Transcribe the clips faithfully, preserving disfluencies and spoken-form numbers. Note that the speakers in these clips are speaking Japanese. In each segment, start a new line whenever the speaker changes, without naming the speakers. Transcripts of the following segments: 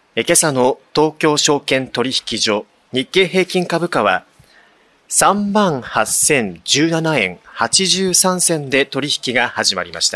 え今朝の東京証券取引所日経平均株価はさんまんはっせんじゅうななえんはちじゅうさんせんで取引が始まりました。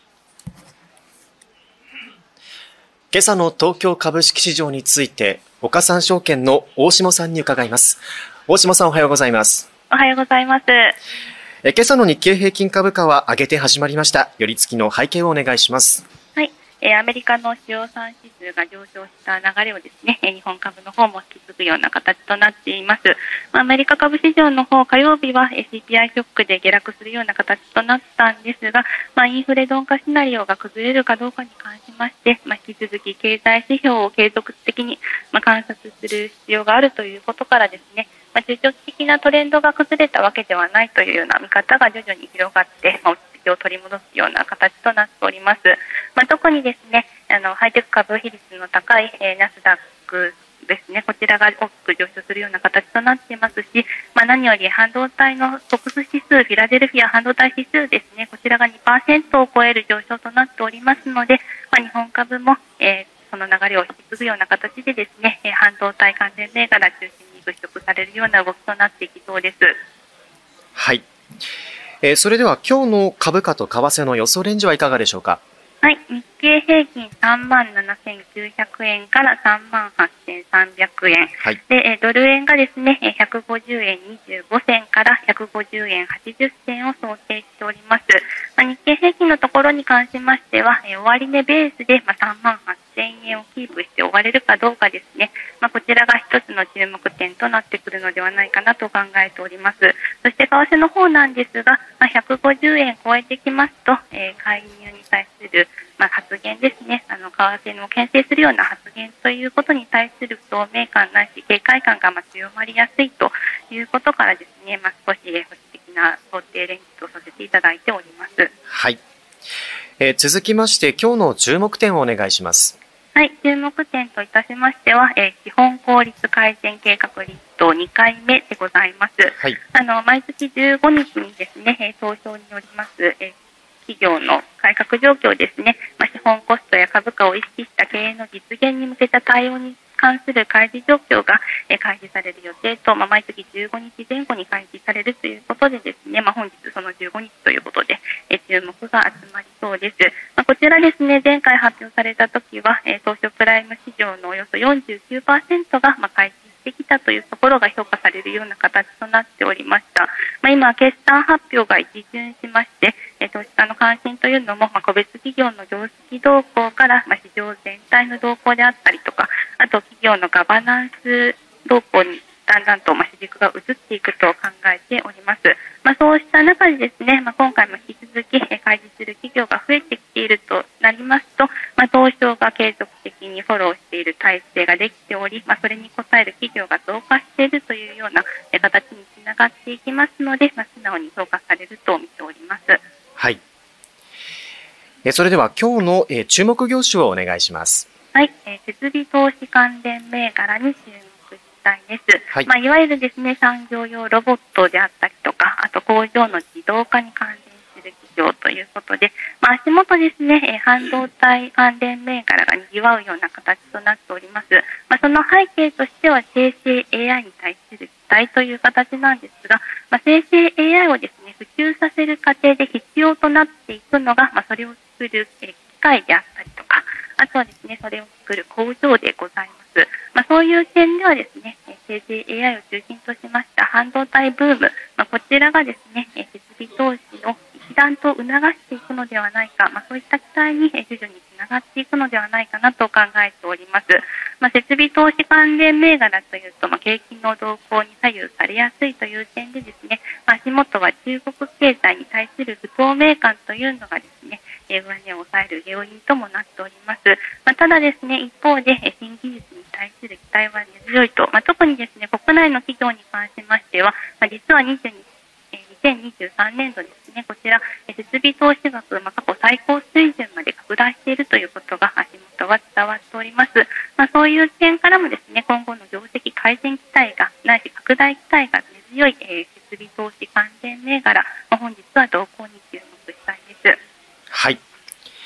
今朝の東京株式市場について岡三証券の大下さんに伺います。大下さん、おはようございます。
おはようございます。
え今朝の日経平均株価は上げて始まりました。寄り付きの背景をお願いします。
はい、えー、アメリカの主要産指数が上昇した流れをですね、日本株の方も引き継ぐような形となっています。まあ、アメリカ株市場の方、火曜日は シーピーアイ ショックで下落するような形となったんですが、まあ、インフレ鈍化シナリオが崩れるかどうかに関しまして、まあ、引き続き経済指標を継続的に、まあ、観察する必要があるということからですね、まあ、中長期的なトレンドが崩れたわけではないというような見方が徐々に広がって、まあ、落ち着きを取り戻すような形となっております。まあ、特にですね、あのハイテク株比率の高い、えー、ナスダックですね、こちらが大きく上昇するような形となっていますし、まあ、何より半導体の特殊指数、フィラデルフィア半導体指数ですね、こちらが にパーセント を超える上昇となっておりますので、まあ、日本株も、えー、その流れを引き継ぐような形でですね、半導体関連銘柄中心に物色されるような動きとなっていきそうです。
はい、えー、それでは今日の株価と為替の予想レンジはいかがでしょうか。
はい、日経平均さんまんななせんきゅうひゃくえんからさんまんはっせんさんびゃくえん、はい、でドル円がですねひゃくごじゅうえんにじゅうごせんからひゃくごじゅうえんはちじゅっせんを想定しております。まあ、日経平均のところに関しましては、え終値ベースで、まあ、さんまんはっせんえんをキープして終われるかどうかですね、まあ、こちらが一つの注目点となってくるのではないかなと考えております。そして為替の方なんですが、まあ、ひゃくごじゅうえん超えてきますと、えー、介入に対するまあ、発言ですね、あの為替を牽制するような発言ということに対する不透明感ないし警戒感がまあ強まりやすいということからですね、まあ、少し保守的な想定レンジとさせていただいております。
はい、えー、続きまして今日の注目点をお願いします。
はい、注目点といたしましては、えー、資本効率改善計画リストにかいめでございます。はい、あの毎月じゅうごにちにですね、投票によります、えー企業の改革状況ですね、まあ、資本コストや株価を意識した経営の実現に向けた対応に関する開示状況が、えー、開示される予定と、まあ、毎月じゅうごにちぜん後に開示されるということでですね、まあ、本日そのじゅうごにちということで、えー、注目が集まりそうです。まあ、こちらですね、前回発表された時は、えー、東証プライム市場のおよそ よんじゅうきゅうパーセント が、まあ、開示してきたというところが評価されるような形となっておりました。まあ、今決算発表が一巡しまして、えー、投資家の関心というのも、まあ、個別企業の業績動向から、まあ、市場全体の動向であったりとか、あと企業のガバナンス動向にだんだんと、まあ、主軸が移っていくと考えております。まあ、そうした中でですね、まあ、今回も引き続き、えー、開示する企業が増えてきているとなりますと、まあ、東証が継続的にフォローしている体制ができており、まあ、それに応える企業が増加しているというような形につながっていきますので、まあ、素直に評価されると見ております。
はい。それでは今日の注目業種をお願いします。
はい、えー、設備投資関連銘柄に注目したいです。はい、まあ、いわゆるですね、産業用ロボットであったりとか、あと工場の自動化に関連する企業ということで、まあ、足元ですね、えー、半導体関連銘柄が賑わうような形となっております。まあ、その背景としては生成 エーアイ に対する期待という形なんですが、まあ、生成 エーアイ をですね、普及させる過程で必要となっていくのが、まあ、それを作る、えー、機械であったりとか、あとはですね、それを作る工場でございます。まあ、そういう点ではですね、生成 エーアイ を中心としました半導体ブーム、まあ、こちらがですね、設備投資を一段と促していくのではないか、まあ、そういった期待に徐々につながっていくのではないかなと考えております。まあ、設備投資関連銘柄というと、まあ、景気の動向に左右されやすいという点でですね、まあ、足元は中国経済に対する不透明感というのがですね、上値を抑える要因ともなっております。まあ、ただですね、一方で新技術に対する期待は根強いと、まあ、特にですね、国内の企業に関しましては、まあ、実はにじゅうににせんにじゅうさんねんどですね、こちら設備投資額、まあ、過去最高水準まで拡大しているということが足元は伝わっております。まあ、そういう点からもですね、今後の業績改善期待がないし拡大期待が根強い、えー、設備投資関連銘柄、まあ、本日は動向に注目したいです。
はい。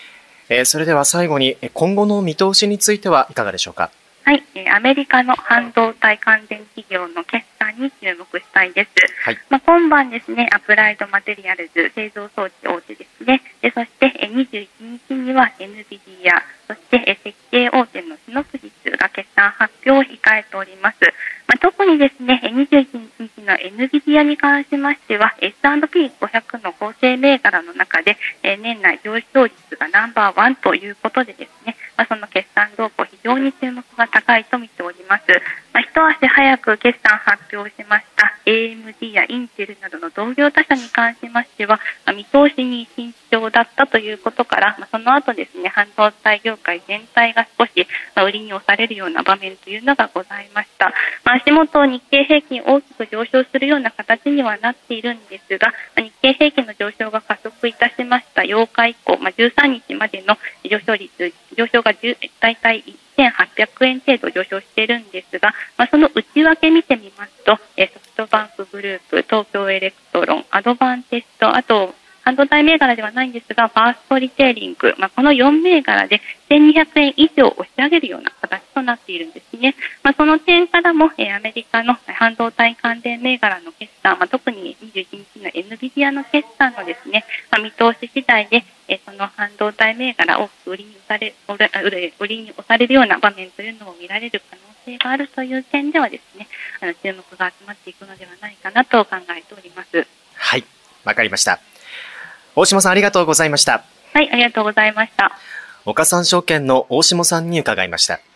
えー、それでは最後に今後の見通しについてはいかがでしょうか。
はい、アメリカの半導体関連企業の決算に注目したいです。はい、まあ、今晩ですね、アプライドマテリアルズ製造装置大手ですね。でそしてにじゅういちにちには エヌビディア、そして設計大手のシノプシスが決算発表を控えております。まあ、特にですね、にじゅういちにちの エヌビディアに関しましては エスアンドピーごひゃく の構成銘柄の中で年内上昇率がナンバーワンということでですね、まあ、その決算動向非常に注目が高いと見ております。まあ、一足早く決算発表しました エーエムディー やインテルなどの同業他社に関しましては、まあ、見通しに慎重だったということから、まあ、その後ですね、半導体業界全体が少し、まあ、売りに押されるような場面というのがございました。まあ、足元日経平均大きく上昇するような形にはなっているんですが、まあ、日経平均の上昇が加速いたしましたようか以降、まあ、じゅうさんにちまでの上昇率、上昇がだいたいせんはっぴゃくえん程度上昇しているんですが、まあ、その内訳見てみますと、えソフトバンクグループ、東京エレクトロン、アドバンテスト、あと半導体銘柄ではないんですが、ファーストリテイリング、まあ、このよん銘柄でせんにひゃくえん以上押し上げるような形となっているんですね。まあ、その点からも、えー、アメリカの半導体関連銘柄の決算、まあ、特ににじゅういちにちの エヌビディアの決算のですね、まあ、見通し次第で、えー、その半導体銘柄を売りに押され、売りに押されるような場面というのを見られる可能性があるという点ではですね、あの注目が集まっていくのではないかなと考えております。
はい、わかりました。大下さん、ありがとうございました。
はい、ありがとうございました。
岡三証券の大下さんに伺いました。